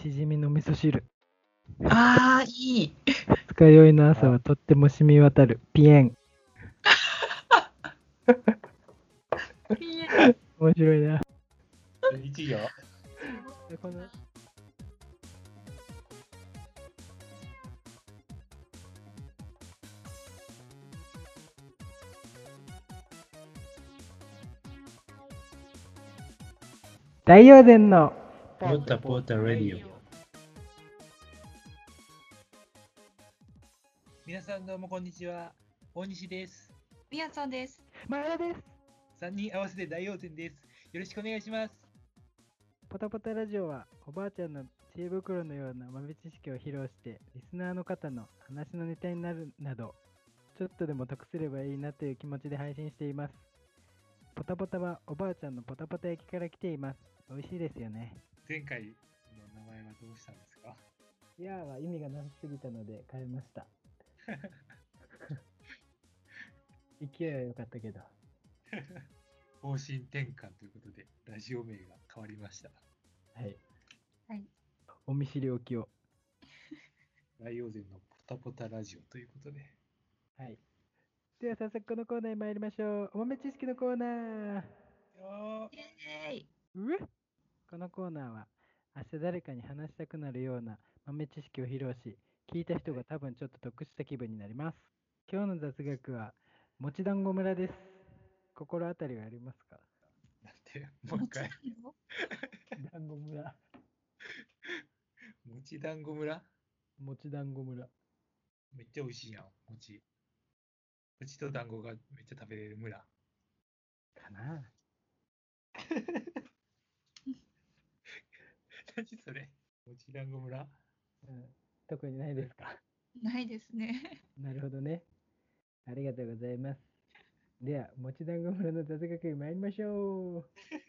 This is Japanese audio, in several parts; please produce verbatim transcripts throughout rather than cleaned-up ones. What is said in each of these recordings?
しじみの味噌汁。 あー、いい。 二日酔いの朝はとっても染み渡る。ピエン。 ピエン。 面白いな。 一行。 でこの大陽伝のポータポータラディオ。 皆さんどうもこんにちは。大西です。 みやさんです。 前田です。 さんにん合わせて大王戦です。よろしくお願いします。 ポタポタラジオはおばあちゃんの知恵袋のような豆知識を披露してリスナーの方の話のネタになるなどちょっとでも得すればいいなという気持ちで配信しています。ポタポタはおばあちゃんのポタポタ焼きから来ています。美味しいですよね。 前回の名前はどうしたんですか？ いやーは意味がなさすぎたので変えました。勢いは良かったけど。 方針転換ということでラジオ名が変わりました。 はい。 はい。 お見知りおきを。 大王戦のポタポタラジオということで。 はい。では早速このコーナーに参りましょう。お豆知識のコーナー。 よイエーイ。 うえこのコーナーは明日誰かに話したくなるような豆知識を披露し、聞いた人が多分ちょっと得した気分になります。今日の雑学は、もち団子村です。心当たりはありますか？ ーなんて、もう一回。 団子村。 餅団子村？ もち団子村。 めっちゃ美味しいやん、餅。餅と団子がめっちゃ食べれる村。 かな。 何それ？餅団子村？ うん、特にないですか？ ないですね。 なるほどね。ありがとうございます。では、もち団子村の雑学に参りましょう。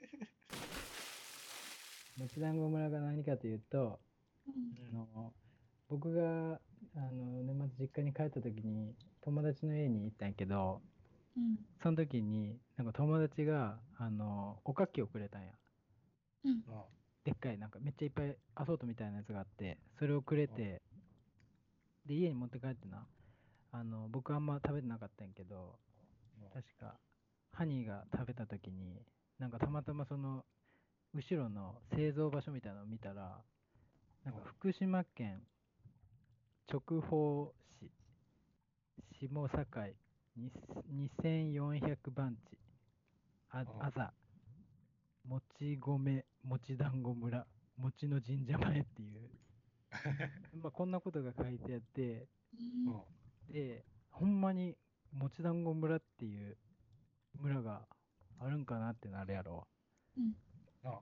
もち団子村が何かというと、 うんあの僕があの年末実家に帰った時に友達の家に行ったんやけど、 うんその時になんか友達があのおかきをくれたんや。 うんあでっかいなんかめっちゃいっぱいアソートみたいなやつがあって、それをくれて、で家に持って帰ってな、あの僕あんま食べてなかったんやけど、確かハニーが食べた時になんかたまたまその後ろの製造場所みたいなのを見たら、なんか福島県直方市下境にせんよんひゃく番地ああざもち米もち団子村もちの神社前っていうまあこんなことが書いてあって、 うんでほんまにもち団子村っていう村があるんかなってなるやろ。 うんあ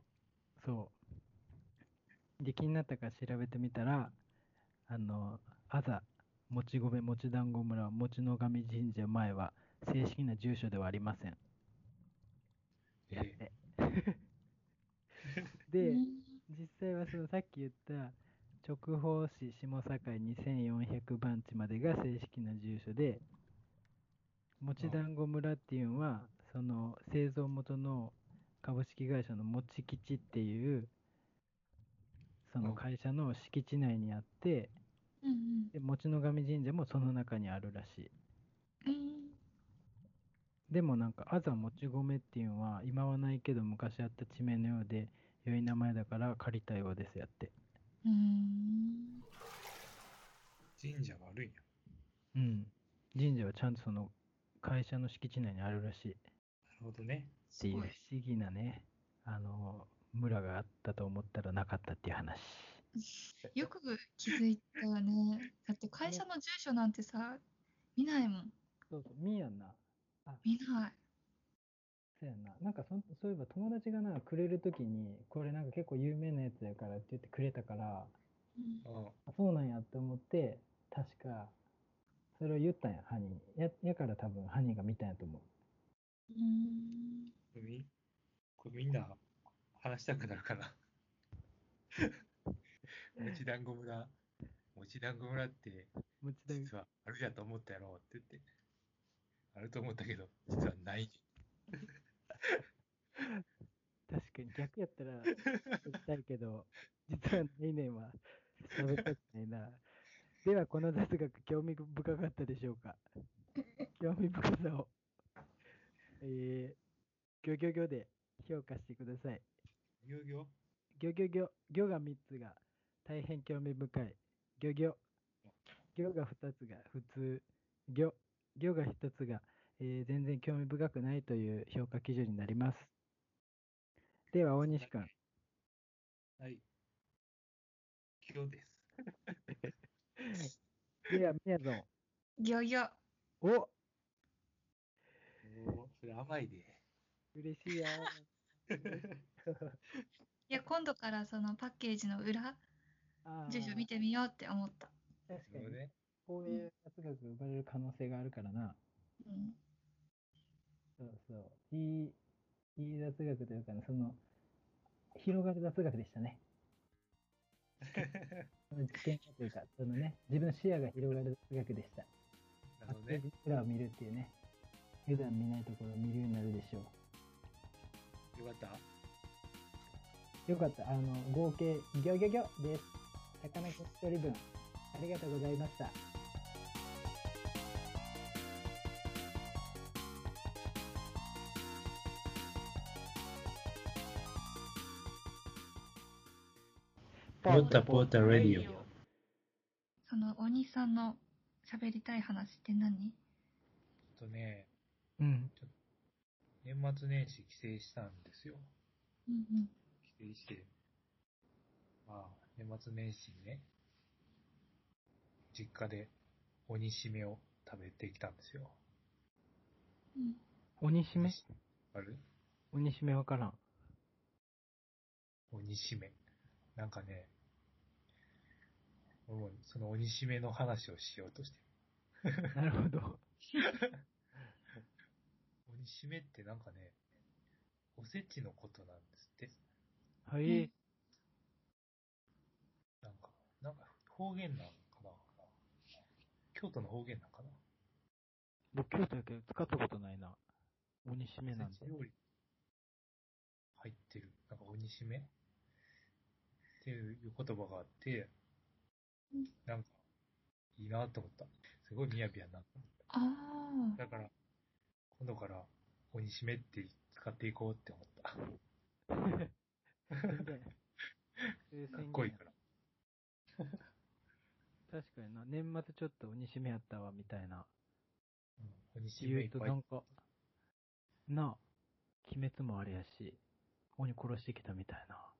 そうで気になったから調べてみたら、あのあざもち米もち団子村もちの神神社前は正式な住所ではありません。やっえてうで、 ん実際はそのさっき言った直方市下境にせんよんひゃく番地までが正式な住所で、もち団子村っていうのはその製造元の株式会社のもち吉っていうその会社の敷地内にあって、 うんでもちの神神社もその中にあるらしい。 うんでもなんかあざもち米っていうのは今はないけど昔あった地名のようで良い名前だから借りたようです。やって。 うん神社があるんや。 うん。神社はちゃんとその会社の敷地内にあるらしい。っなるほどね。 ていうすごい。 不思議なね、あの、村があったと思ったらなかったっていう話。 よく気づいたよね。だって会社の住所なんてさ、見ないもん。 そうそう、みーやんな。あ、 見ない。 そうやんな。なんかそんそういえば友達がな、くれるときに、これなんか結構有名なやつやからって言ってくれたから、 うんああ、そうなんやって思って、確か、それを言ったんや、ハニーに。や、やから多分ハニーが見たんやと思う。 うんこれみこれみんな話したくなるかな。もち団子村、もち団子村ってもちだ実はあるやと思ったやろって言って、あると思ったけど、実はない。 確確かに逆やったら喋りたいけど、実はないねんは喋りたくないな。では、この雑学、興味深かったでしょうか？興味深さを、えー、ギョギョギョで評価してください。 ぎょぎょギョギョギョ、ギョがみっつが大変興味深い。ギョギョ、ギョがふたつが普通。ギョ、ギョがひとつが、えー全然興味深くないという評価基準になります。では、大西くん。 はい。ぎょです。 では、みやぞん。 ギョギョ。 お、 おーそれ甘いで。 嬉しいやー。 いや、今度からそのパッケージの裏、 あ住所ー見てみようって思った。 確かに、 なるほどね。 こういう雑学が生まれる可能性があるからな。 うん。 そうそう。いい、いい雑学というかね、その、広がる雑学でしたね。その実験というか、そのね、自分の視野が広がる雑学でした。 なるほどね。 裏を見るっていうね、普段見ないところを見るようになるでしょう。 よかったよかった。あの、合計、ギョギョギョです。さかなクンひとりぶん、ありがとうございました。 ポータポータラディオ。 そのお兄さんの喋りたい話って何？ ちょっとね、 うん。 年末年始帰省したんですよ。 うんうん。 帰省して、まあ、年末年始にね、実家で鬼しめを食べてきたんですよ。 うん。 鬼しめある鬼しめわからん。 鬼しめ。なんかね、もうその鬼しめの話をしようとしてる。 なるほど。 鬼しめってなんかね、おせちのことなんですって。 はい。 うんなんか、なんか方言なんかな京都の方言なんかな僕、京都だけど使ったことないな。鬼しめなんておせち。料理入ってる。なんか鬼しめっていう言葉があってうん、 なんかいいなと思った。すごい雅やなと思っあた。だから、今度から鬼しめって使っていこうって思った。 宣言。そういうかっ宣言こいいから。 確かにな。年末ちょっと鬼しめやったわ、みたいな。 うん、鬼し言うめいっぱい。 となんか、なあ、鬼滅もあれやし、鬼殺してきたみたいな。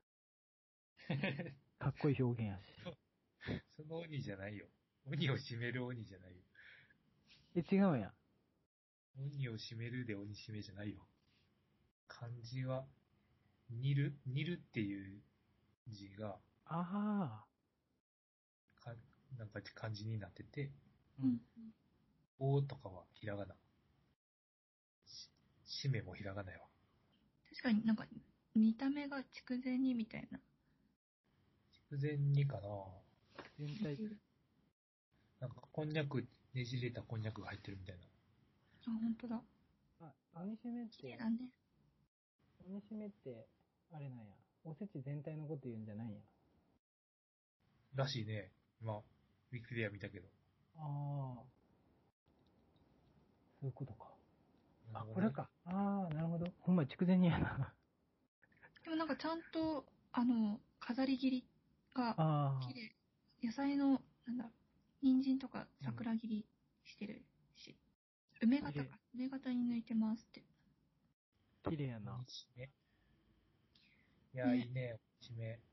かっこいい表現やし。 その鬼じゃないよ。鬼を締める鬼じゃないよ。 え、違うんや。 鬼を締めるで鬼締めじゃないよ。漢字は、煮る煮るっていう字が、 あかなんか漢字になってて、 あ。 あ。うん。 おとかはひらがな。し、締めもひらがなよ。 確かになんか見た目が筑前煮みたいな。 筑前煮かな全体、 なんかこんにゃく、ねじれたこんにゃくが入ってるみたいな。 あ、本当だ。 あ、鬼しめって、 綺麗だね。 鬼しめって、あれなんや。おせち全体のこと言うんじゃないんや。 らしいね。まあ、ウィキペディア見たけど。 ああ。そういうことか。あ、 なるほどねこれ。か。ああ、なるほど。ほんま、筑前煮やな。 でもなんかちゃんと、あの、飾り切りがあ綺麗。野菜の、なんだ、人参とか桜切りしてるし。梅綺麗型か。梅型に抜いてますって。 あ、綺麗やな鬼。しめ。いや、 ねいいね、鬼しめ。 へ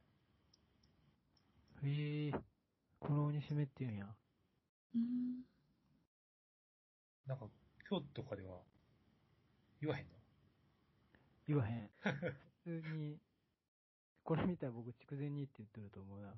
え、この鬼しめって言うんや。 うーん。 なんか、京都とかでは言わへんの言わへん。普通に、これ見たら僕、筑前煮って言ってると思うな。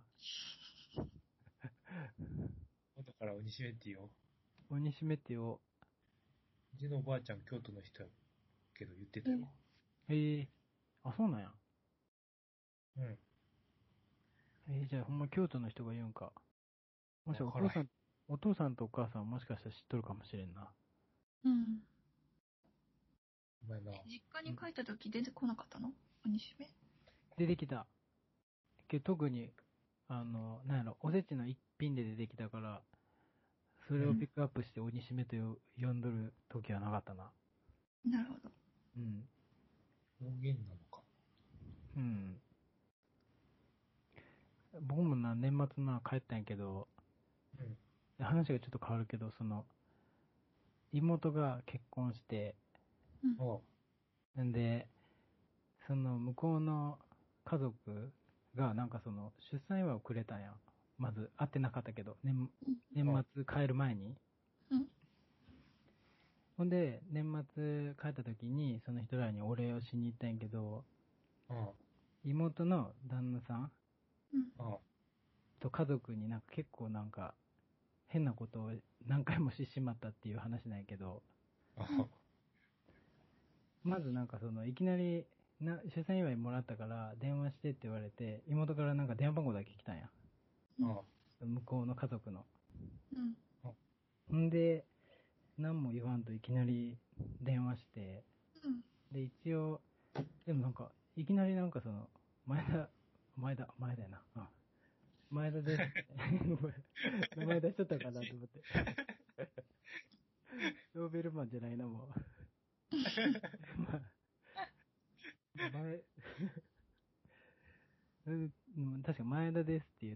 だから鬼しめって言おう。 鬼しめってよ。 うちのおばあちゃん京都の人やけど言ってたよ。 へえ、あ、そうなんや。 うん。 えー、じゃあほんま京都の人が言うんか。もしかおわからへん父さん、お父さんとお母さんもしかしたら知っとるかもしれんな。 うん。 お前な。 実家に帰った時出てこなかったの？ 鬼しめ。 出てきた。けど特に、あの、なんやろ、おせちの一品で出てきたから、それをピックアップして鬼しめとよ呼んどる時はなかったな。 なるほど。 うん。 方言なのか。 うん。僕もな、年末な、帰ったんやけど、 うん。 話がちょっと変わるけど、その、妹が結婚して、 うん。 おう。 んで、その向こうの家族がなんかその出産祝いをくれたんや。まず会ってなかったけど、年年末帰る前に。 うん。 ほんで、年末帰った時にその人らにお礼をしに行ったんやけど、 おう。 妹の旦那さんうん。 おう。 と家族になんか結構なんか変なことを何回もしてしまったっていう話なんやけど、 おう。 まずなんかそのいきなりな出産祝いもらったから電話してって言われて、妹からなんか電話番号だけ来たんや。 おう。 向こうの家族の。 うん。 んで、何も言わんといきなり電話して、 うん。 で、一応、でもなんか、いきなりなんかその、前田、前田、前田やな。うん。前田ですって。名前出しとったかなと思って。ドーベルマンじゃないな、もう。まあ、前、うん確か前田ですって言って、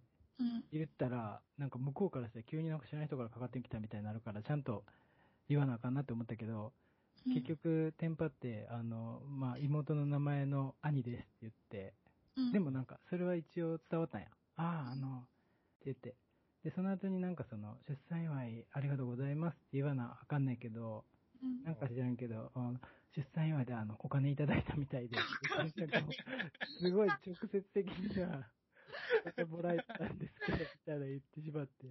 うん。 言ったら、なんか向こうからして急になんか知らない人からかかってきたみたいになるから、ちゃんと言わなあかんなって思ったけど、結局、テンパって、あの、まあ、妹の名前の兄ですって言って、 うん。 でもなんか、それは一応伝わったんや。ああ、あの、って言って。で、その後になんかその、出産祝いありがとうございますって言わなあかんないけど、 うん。 なんか知らんけど、あ出産祝いであの、お金いただいたみたいで、なんかもうすごい直接的な、またもらえたんですけど、みたいな言ってしまって。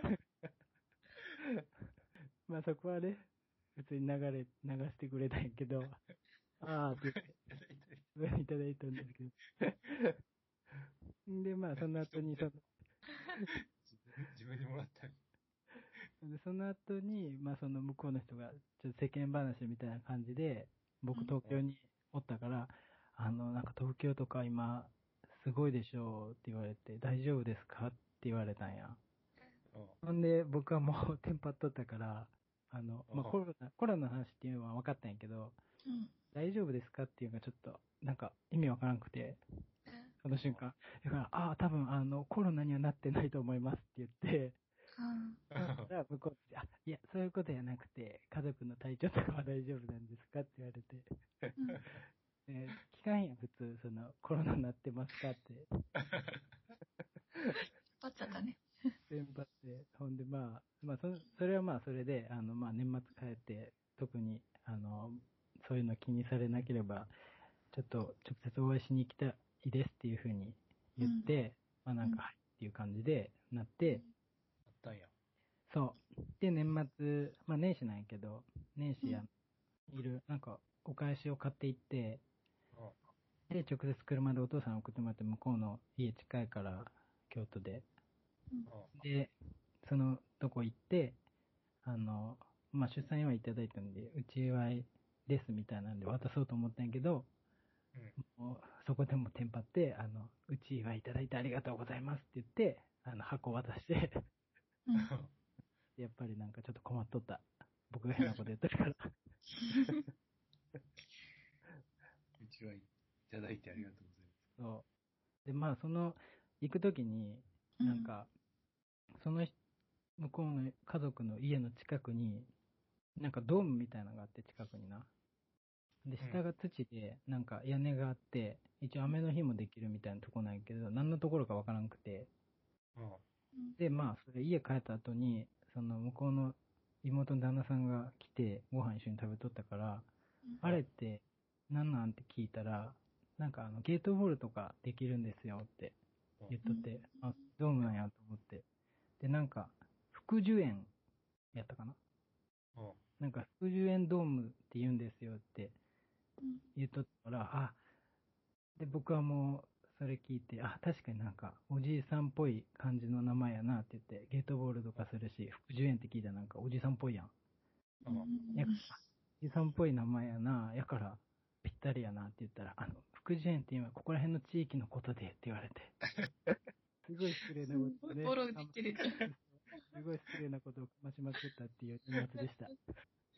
まあそこはね、普通に流れ、流してくれたんやけど、ああって言って、いただいたんですけど。で、まあその後に、その、 自分自分にもらったり。 でその後に、まあその向こうの人が、ちょっと世間話みたいな感じで、僕東京におったから、あの、なんか東京とか今、すごいでしょうって言われて、大丈夫ですかって言われたんや。 おう。 ほんで、僕はもうテンパっとったから、あの、まあ、 あコロナ、コロナの話っていうのは分かったんやけど、 うん。 大丈夫ですかっていうのがちょっと、なんか意味わからんくて、その瞬間。だから、ああ、多分あの、コロナにはなってないと思いますって言って、 あだから向こうで、あ、いや、そういうことじゃなくて、家族の体調とかは大丈夫なんですかって言われて、 あ。うん。 えー聞かんやん、普通、その、コロナになってますかって。 バッチャだね。 先発で、ほんで、まあ、まあそ、それはまあ、それで、あの、まあ、年末帰って、特に、あの、そういうの気にされなければ、ちょっと、直接お会いしに行きたいですっていうふうに言って、まあ、なんか、はいっていう感じで、なって、 あったんや。 そう。で、年末、まあ、年始なんやけど、年始や、いる、なんか、お返しを買っていって、 おう。 で、直接車でお父さん送ってもらって、向こうの家近いから、京都で、 おう。 で、そのとこ行って、あの、まあ、出産祝いいただいたんで、うち祝いですみたいなんで渡そうと思ったんやけど、 うん。 もうそこでもテンパって、あの、うち祝いいただいてありがとうございますって言って、あの、箱渡して、 うん。 やっぱりなんかちょっと困っとった。僕が変なこと言ってるから。 うちはいただいてありがとうございます。 そう。で、まあ、その、行くときに、なんか、その人向こうの家族の家の近くに、なんかドームみたいなのがあって近くにな。で、下が土で、なんか屋根があって、一応雨の日もできるみたいなとこなんやけど、何のところかわからんくて。 おう。 うん。 で、まあ、それ家帰った後に、その向こうの妹の旦那さんが来て、ご飯一緒に食べとったから、あれって何なんって聞いたら、なんかあの、ゲートボールとかできるんですよって言っとって、 うんあ、ドームなんやと思って。で、なんか、福寿園やったかなおう。 なんか、福寿園ドームって言うんですよってうん。 言っとったから、あ、で、僕はもう、それ聞いて、あ、確かになんか、おじいさんっぽい感じの名前やなって言って、ゲートボールとかするし、福寿園って聞いたらなんか、おじさんっぽいやん。 うん。 や、おじさんっぽい名前やな、やから、ぴったりやなって言ったら、あの、 福祉園って今、ここら辺の地域のことでって言われて。すごい失礼なことをね。 ボロできるじゃん。 すごい失礼なことをかましまくったっていう年末でした。い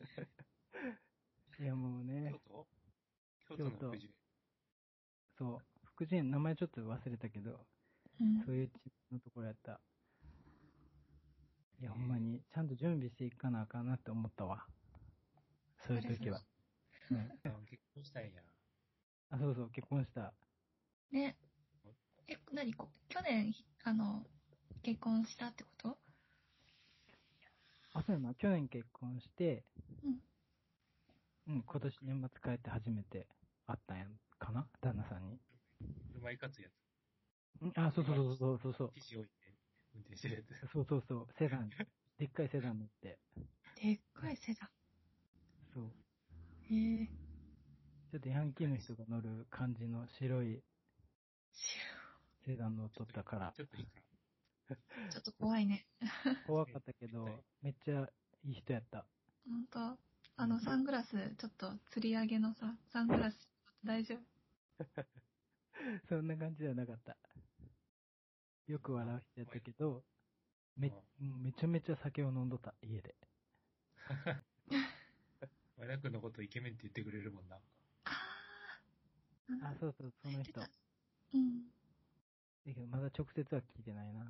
やもうね京、都京都の福祉園。 そう、福祉園、名前ちょっと忘れたけど、 うんそういう地域のところやった。いや、ほんまに、ちゃんと準備していかなあかんなって思ったわ。そういう時は。うん。 あ結婚したんや。 あ、そうそう、結婚した。 ね。え、何こ、去年、あの、結婚したってこと？ あ、そうやな、去年結婚して、 うん。 うん、今年年末帰って初めて会ったんやかな、旦那さんに。 車いかついやつ。 んあ、そうそうそうそうそうそう。 騎士置いて運転してるやつ。 そうそうそう、セダン、でっかいセダン乗って。 でっかいセダン。 そう。 へえ。 ちょっとヤンキーの人が乗る感じの白いシセダン乗っとったから、 ちょっといいか。 ューちょっと怖いね。 怖かったけど、めっちゃいい人やった。 ほんと。あの、サングラス、ちょっと釣り上げのさ、サングラス、大丈夫？ そんな感じではなかった。よく笑う人やったけど、め、めちゃめちゃ酒を飲んどった、家で。 マヤ君のことイケメンって言ってくれるもんな。 ああ、そうそう、その人。 ー。うん。 だけど、まだ直接は聞いてないな。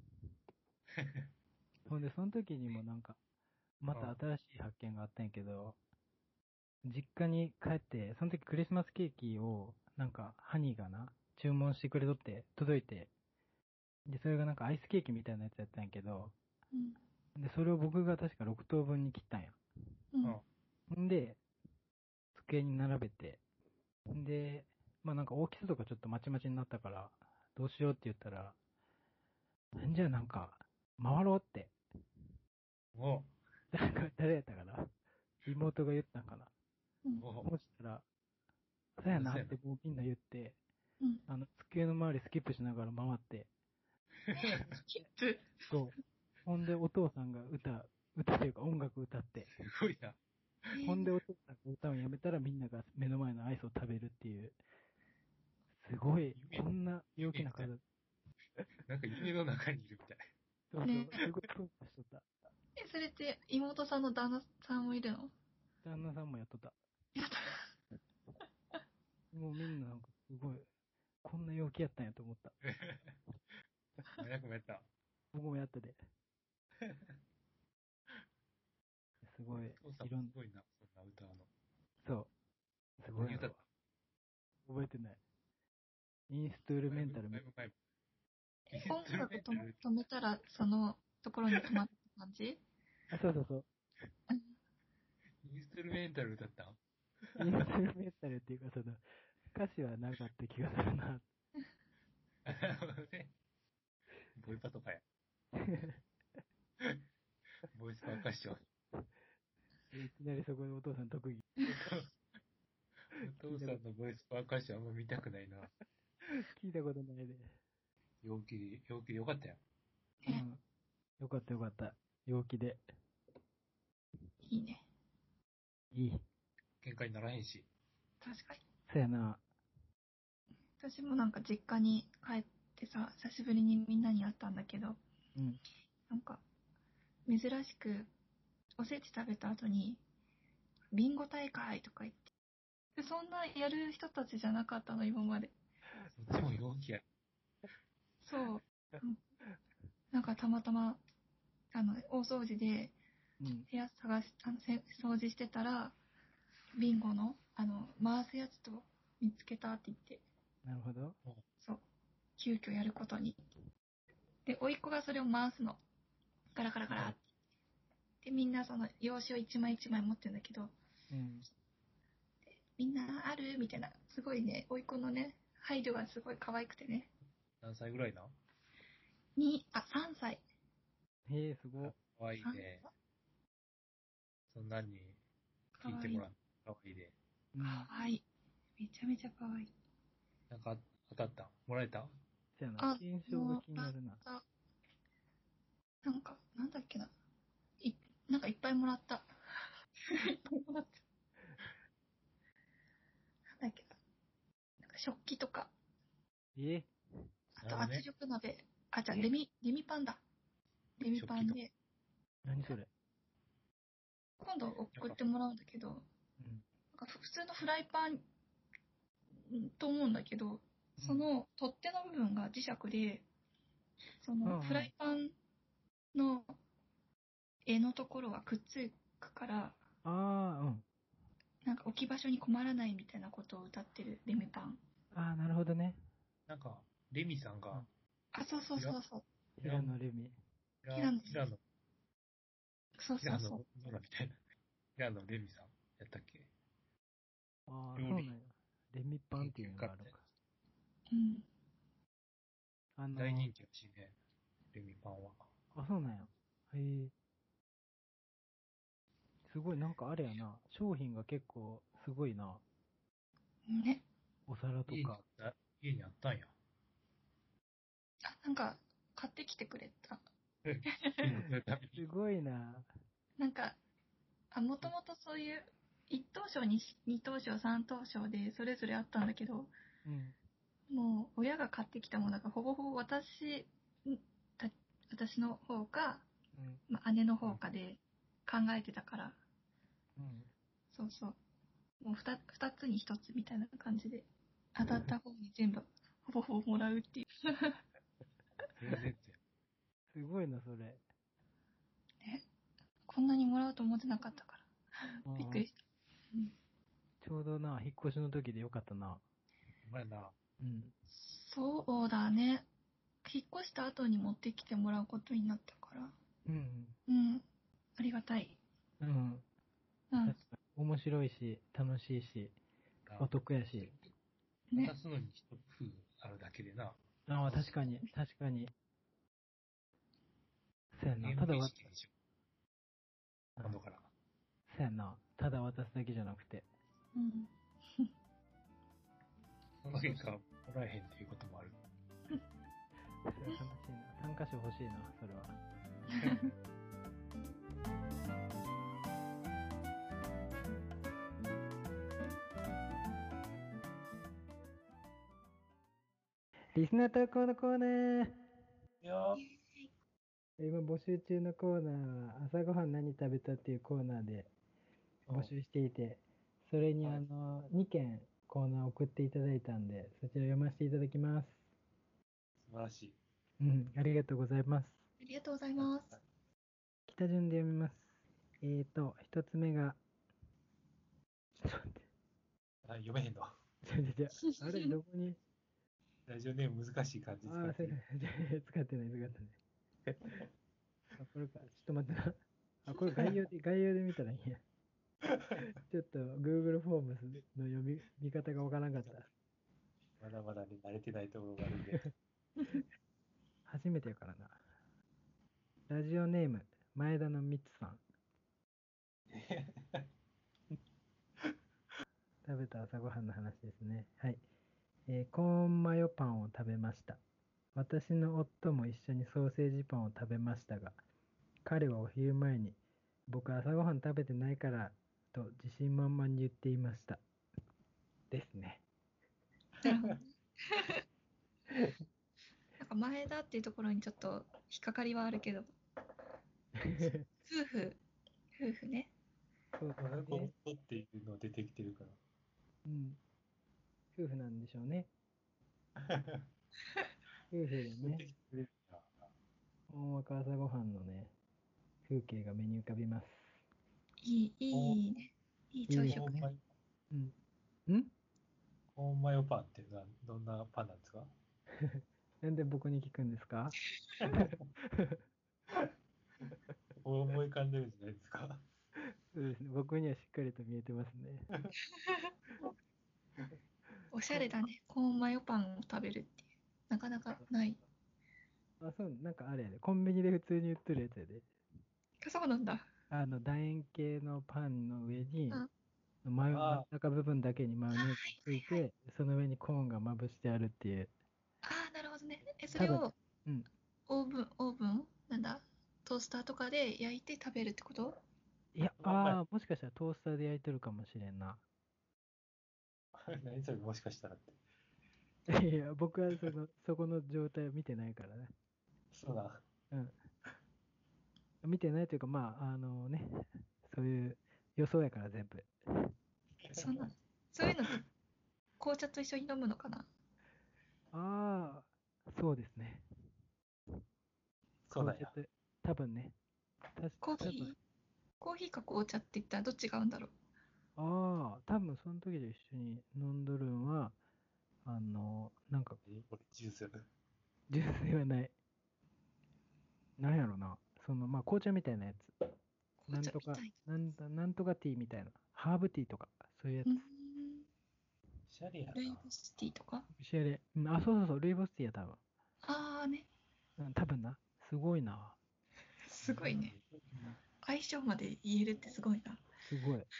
ほんで、その時にもなんか、また新しい発見があったんやけど、実家に帰って、その時クリスマスケーキを、なんか、ハニーがな、注文してくれとって、届いて、で、それがなんかアイスケーキみたいなやつやったんやけど、 うん。 で、それを僕が確かろく等分に切ったんや。 うん。 ほんで、机に並べて、んで、まあなんか大きさとかちょっとまちまちになったから、どうしようって言ったら、んじゃあなんか、回ろうって。 おなんか誰やったかな、妹が言ったんかな。 うん。 おそしたら、そうやなってもうみんな言って、 うん。 あの、机の周りスキップしながら回って、 スキップ。 そう。ほんでお父さんが歌、歌というか音楽歌って、 すごいな。 ほんでお父さんが歌をやめたらみんなが目の前のアイスを食べるっていう、すごい、こんな陽気な方、 なんか夢の中にいるみたい。 そうそう、 ねすごいふんわしとった。 え、それって妹さんの旦那さんもいるの？ 旦那さんもやっとった。 やった。 もうみんななんかすごい、こんな陽気やったんやと思った。 マヤ君もやった。 僕もやったで。すごい、 お父さんいろんもすごいな、そんな歌うの。 そう。すごい何歌っやろ。覚えてない。インストゥルメンタルみ前も前もえ音楽止め止めたら、そのところに止まった感じ？ あ、そうそうそう。 インストゥルメンタル歌ったんインストゥルメンタルっていうか、その、歌詞はなかった気がするな。 なるほどね。ボイパとかや。ボイスパーカッション。 いきなりそこでお父さん特技。 お父さんのボイスパーカッションあんま見たくないな。 聞いたことないで。 陽気で、陽気でよかったよ。 うん。よかったよかった。陽気で。 いいね。 いい。 喧嘩にならへんし。 確かに。 そやな。 私もなんか実家に帰ってさ、久しぶりにみんなに会ったんだけど、 うん。 なんか、珍しく、おせち食べた後に、ビンゴ大会とか言って、でそんなやる人たちじゃなかったの、今まで。 そっちも陽気や。 そう。うんなんかたまたま、あの、大掃除でうん。 部屋探し、あの、せ掃除してたら、ビンゴの、あの、回すやつと見つけたって言って、 なるほど。 そう。急遽やることに。で、甥っ子がそれを回すの。ガラガラガラって。で、みんなその用紙を一枚一枚持ってるんだけど、 うん。 みんなあるみたいな、すごいね、甥っ子のね、配慮がすごい可愛くてね。 何歳ぐらいなに、あ、さんさい。 へえ、すごい。 かわいいね。そんなにかわいい。 聞いてもらう。かわいいで。 うん。 かわいい。めちゃめちゃかわいい。 なんか当たったもらえたそやな。 あ、 印象が気になるな。 あなんか、なんだっけな。い、なんかいっぱいもらった。いっぱいもらった。なんだっけな。なんか食器とか、 えあとなるほどね圧力鍋、あ、じゃあレミ、レミパンだ。レミパン食器で、 何それ？ 今度送ってもらうんだけど、 うん。 なんか普通のフライパンんと思うんだけど、その取っ手の部分が磁石で、そうんうんのフライパンの柄のところがくっつくから、 ああ、うん。 なんか置き場所に困らないみたいなことを歌ってるレミパン。 ああ、なるほどね。 なんか、レミさんが、 あ、そうそうそうそう。 平野レミ。 平平野平野、 そうそ平野うそう。 ノラみたいな。平野レミさんやったっけ？ ああ、 料理そうなんや。レミパンっていうのがあるか。 うん。 あの大人気らしいね、レミパンは。 あ、そうなんや。へえ。すごい、なんかあれやな。商品が結構すごいな。 ね。 お皿と家にあか。 った、家にあったんや。 あ、なんか、買ってきてくれた。 すごいな。 なんか、あ、もともとそういう一等賞に二等賞三等賞でそれぞれあったんだけど、 うん。 もう親が買ってきたものがほぼほぼ私んた私の方か、 うん。 まあ、姉の方かで考えてたから、 うん。 そうそう。もう二二つに一つみたいな感じで、当たった方に全部ほぼほぼもらうっていう。 プレゼントや。 すごいな、それ。 ね、こんなにもらうと思ってなかったから。 あーびっくりした。うんちょうどな、引っ越しの時でよかったな。 お前な、 うん。 そうだね。引っ越した後に持ってきてもらうことになったから。 うん。 うん。ありがたい。 うん。 うん。 確かに。面白いし、楽しいし、お得やし。 ね渡。すのに一工夫あるだけでな。 ああ、確かに、確かに。そうやな。 ゲーただわ、 ム形式にしよう。今度から。 そうやな。ただ渡すだけじゃなくて。 うん。 その結果、もらえへんっていうこともある。 それ悲しいな。参加賞欲しいな、それは。リスナー投稿のコーナー。 いや今募集中のコーナーは、朝ごはん何食べたっていうコーナーで募集していて、それにはいあの、にけんコーナー送っていただいたんで、そちら読ませていただきます。 素晴らしい。 うん、ありがとうございます。 ありがとうございます。 北順で読みます。えーと、一つ目が、ちょっと待って、 あ、読めへんの。 じゃじゃじゃ、あれ、どこに、 ラジオネーム難しい感じ使ああ、 ってそうか、じゃ使ってない、使ってない。あ、これか、ちょっと待ってな。あ、これ概要で、概要で見たらいいんや。ちょっと Google フォームスの読み、見方がわからなかった。 まだまだね、慣れてないところがあるんで。 初めてやからな。ラジオネーム、前田のみつさん。食べた朝ごはんの話ですね。はい。えーコーンマヨパンを食べました。私の夫も一緒にソーセージパンを食べましたが、彼はお昼前に、僕朝ごはん食べてないからと自信満々に言っていました。ですね。 なるほどね。なんか前田っていうところにちょっと引っかかりはあるけど、夫婦、夫婦ね。 そうまあなんか、 ですね。 夫っていうの出てきてるから。 うん。夫婦なんでしょうね。夫婦で出ね、 てきてくれるんや。 大まか朝ごはんのね、風景が目に浮かびます。 いい、いいね。いい朝食ね。 コーンマヨ、 うん。んコーンマヨパンってのはどんなパンなんですか？ なんで僕に聞くんですか？ 思い浮かんでるんじゃないですか？ そうですね。僕にはしっかりと見えてますね。 おしゃれだね。コーンマヨパンを食べるっていう。なかなかない。 あ、そう、なんかあれやで。コンビニで普通に売ってるやつやで。 そうなんだ。 あの、楕円形のパンの上に、 あ、 マヨ、真んあ中部分だけにマヨネーズがついはいはいて、その上にコーンがまぶしてあるっていう。 あー、なるほどね。え、そ多分、 れをうん。 オーブン、オーブンなんだトースターとかで焼いて食べるってこと？ いや、 うまいああ、もしかしたらトースターで焼いてるかもしれんな。 何それもしかしたらって。 いや、僕はその、そこの状態を見てないからね。 そうだ。 うん。見てないというか、まあ、あのね、そういう予想やから全部。 そんな、そういうのって紅茶と一緒に飲むのかな？ ああ、そうですね。 そうだよ。 紅茶って、多分ね。たし多分、 コーヒーコーヒーか紅茶って言ったらどっちが合うんだろう？ ああ、多分その時と一緒に飲んどるんは、あの、なんか、 え俺、ジュース。 純粋はない。なんやろな。その、まあ、紅茶みたいなやつ。な紅んとか、 茶みたいなんだ、なんとかティーみたいな。ハーブティーとか、そういうやつ。 な。うーん。 シャリやな。 ルイボスティーとか？ シェレ、うんあ、そうそうそう、ルイボスティーや、多分。 あーね。 うん、多分な。すごいな。 すごいね。相性まで言えるってすごいな。 すごい。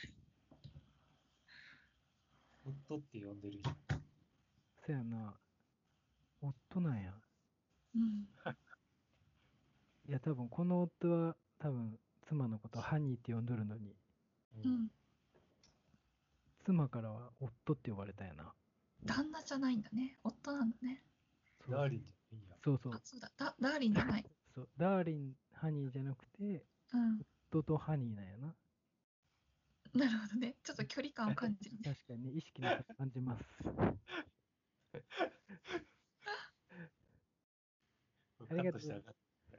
夫って呼んでるじゃん。 そやな。夫なんや。 うん。 いや、多分この夫は、多分妻のことハニーって呼んどるのに、 うん。 妻からは夫って呼ばれたんやな。 旦那じゃないんだね。夫なんだね。 そうダーリンじゃないんや。 あ、 そうそう。 そうだ。ダ、ダーリンじゃない。 そう。ダーリン、ハニーじゃなくて、 うん。 夫とハニーなんやな。 なるほどね。ちょっと距離感を感じるね。 確かにね、意識の差感じます。ありがとう。 カットしたら、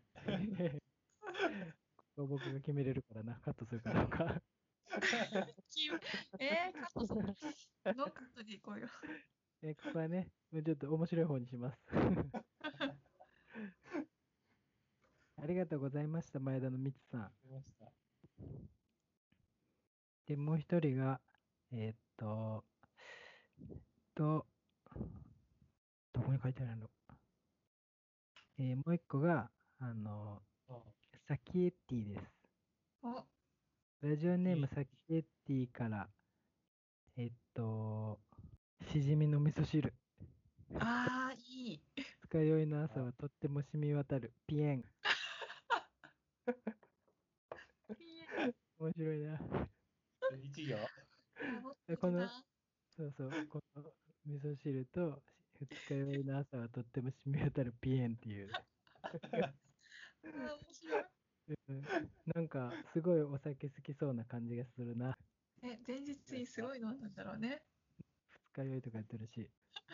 ここ僕が決めれるからな、カットするかどうか。 きえー、カットする。ノーカットでいこうよ。 え、ここはね、もうちょっと面白い方にします。ありがとうございました、前田のみつさん。 出ました。 で、もう一人が、えーっと、えっと、どこに書いてあるの？えーもう一個が、あの、 あサキエッティです。 お、 ラジオネームいえサキエッティから、えっと、しじみの味噌汁。 あー、いい。 二日酔いの朝はとっても染み渡る。ピエン。 いい。 面白いな。 一行。 あ、もっでこの、 とだ。 そうそう、この味噌汁と二日酔いの朝はとっても染み渡るピエンっていう。 あー、面白い。 うんなんか、すごいお酒好きそうな感じがするな。 え、前日にすごい飲んだんだろうね。 二日酔いとかやってるし。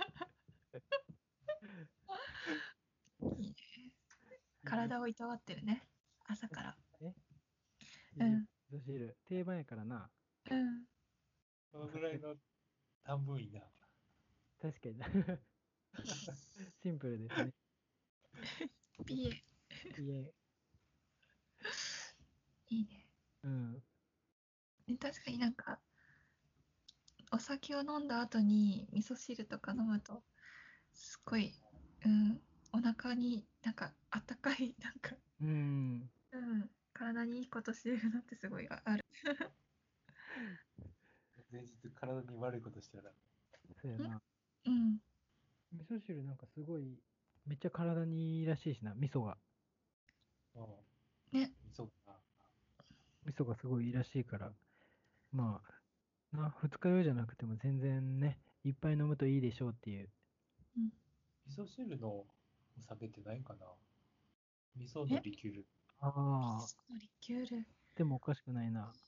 いいね。体をいたわってるね。朝から。 ね、しじみうん。 味噌汁。定番やからな。 うん。 このぐらいの半分いいな。 確かにな。シンプルですね。 ピエ。 ピエン。 いいね。 うん。 ね、確かになんか、お酒を飲んだ後に味噌汁とか飲むと、すごい、うん、お腹になんかあったかい、なんか、 うん。 うん、体にいいことしてるなってすごいあある。 前日体に悪いことしてたら。 そうやな。 うん。 味噌汁なんかすごい、めっちゃ体にいいらしいしな、味噌が。 うん。 ね。 そうかな。 味噌がすごいいいらしいから。まあ、な、二日酔いじゃなくても全然ね、いっぱい飲むといいでしょうっていう。 うん。 味噌汁のお酒ってないんかな。味噌のえ、 リキュール。 ああ、 のリキュール。 でもおかしくないな。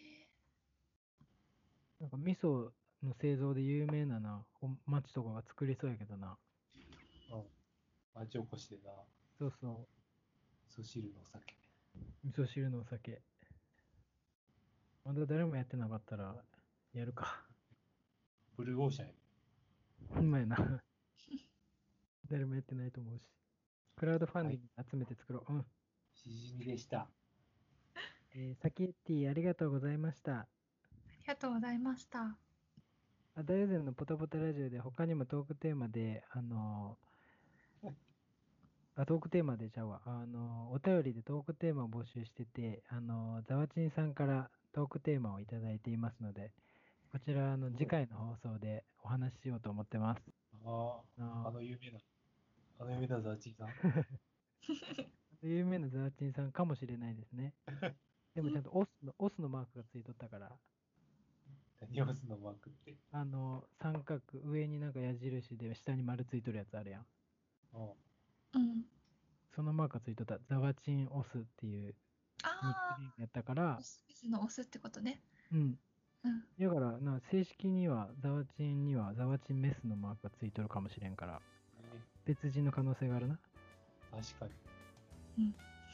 なんか味噌の製造で有名なな、お町とかが作りそうやけどな。 うん。町おこしでな。 そうそ味噌汁のお酒。 う、味噌汁のお酒。まだ誰もやってなかったら、やるか。 ブルーオーシャンやで。 ほんまやな。誰もやってないと思うし。クラウドファンはい。 ディング集めて作ろう。うん。 しじみでした。 えー、サキエッティありがとうございました。 ありがとうございました。 あ大前のポタポタラジオで他にもトークテーマで、あのーあ、トークテーマでちゃうわ。あのーお便りでトークテーマを募集してて、あのーザワチンさんからトークテーマをいただいていますので、こちら、あの、 すごい。 次回の放送でお話ししようと思ってます。 ああ、ああのの有名な、あの有名なザーチンさん。 ー有名なザワチンさんかもしれないですね。でもちゃんとオスの、オスのマークがついとったから、 何オスのマークって。 あの、三角、上になんか矢印で下に丸ついとるやつあるやん。 うん。 うん。 そのマークがついとった。ザワチンオスっていうニッあクネームやったからあ、、オスメスのオスってことね。 うん。 うん。 だからな、正式にはザワチンにはザワチンメスのマークがついとるかもしれんから、 ね、 別人の可能性があるな。 確かに。 うん。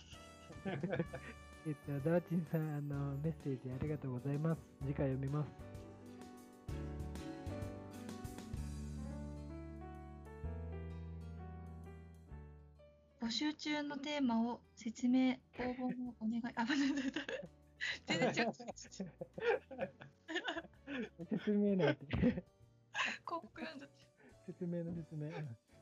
えっと、ザワチンさん、あの、メッセージありがとうございます。次回読みます。 募集中のテーマを説明、応募もお願い。あ、待って待って待って。全然違う。 説明なんて。 広告読んじゃって。 説明の説明。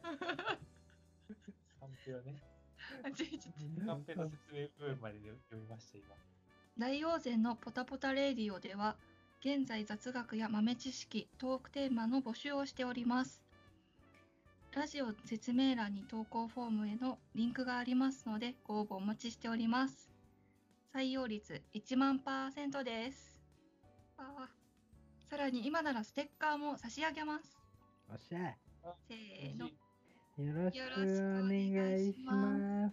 カンペをね。 あ、違う違う。 カンペの説明部分までで読みました、今。 大王禅のポタポタレディオでは、現在雑学や豆知識、トークテーマの募集をしております。ラジオ説明欄に投稿フォームへのリンクがありますので、ご応募お待ちしております。採用率いちまんパーセントです。あー、さらに今ならステッカーも差し上げます。 おっしゃい。 せーの。 よろしくよろしくおお願いし願いします。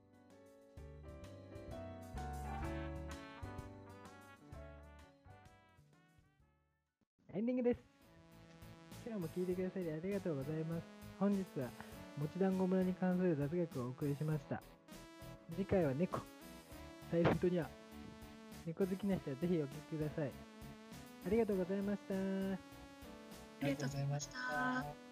エンディングです。今日も聞いてくださりありがとうございます。本日は、もち団子村に関する雑学をお送りしました。次回は猫。サイレントには、猫好きな人はぜひお聞きください。ありがとうございました。 ありがとうございました。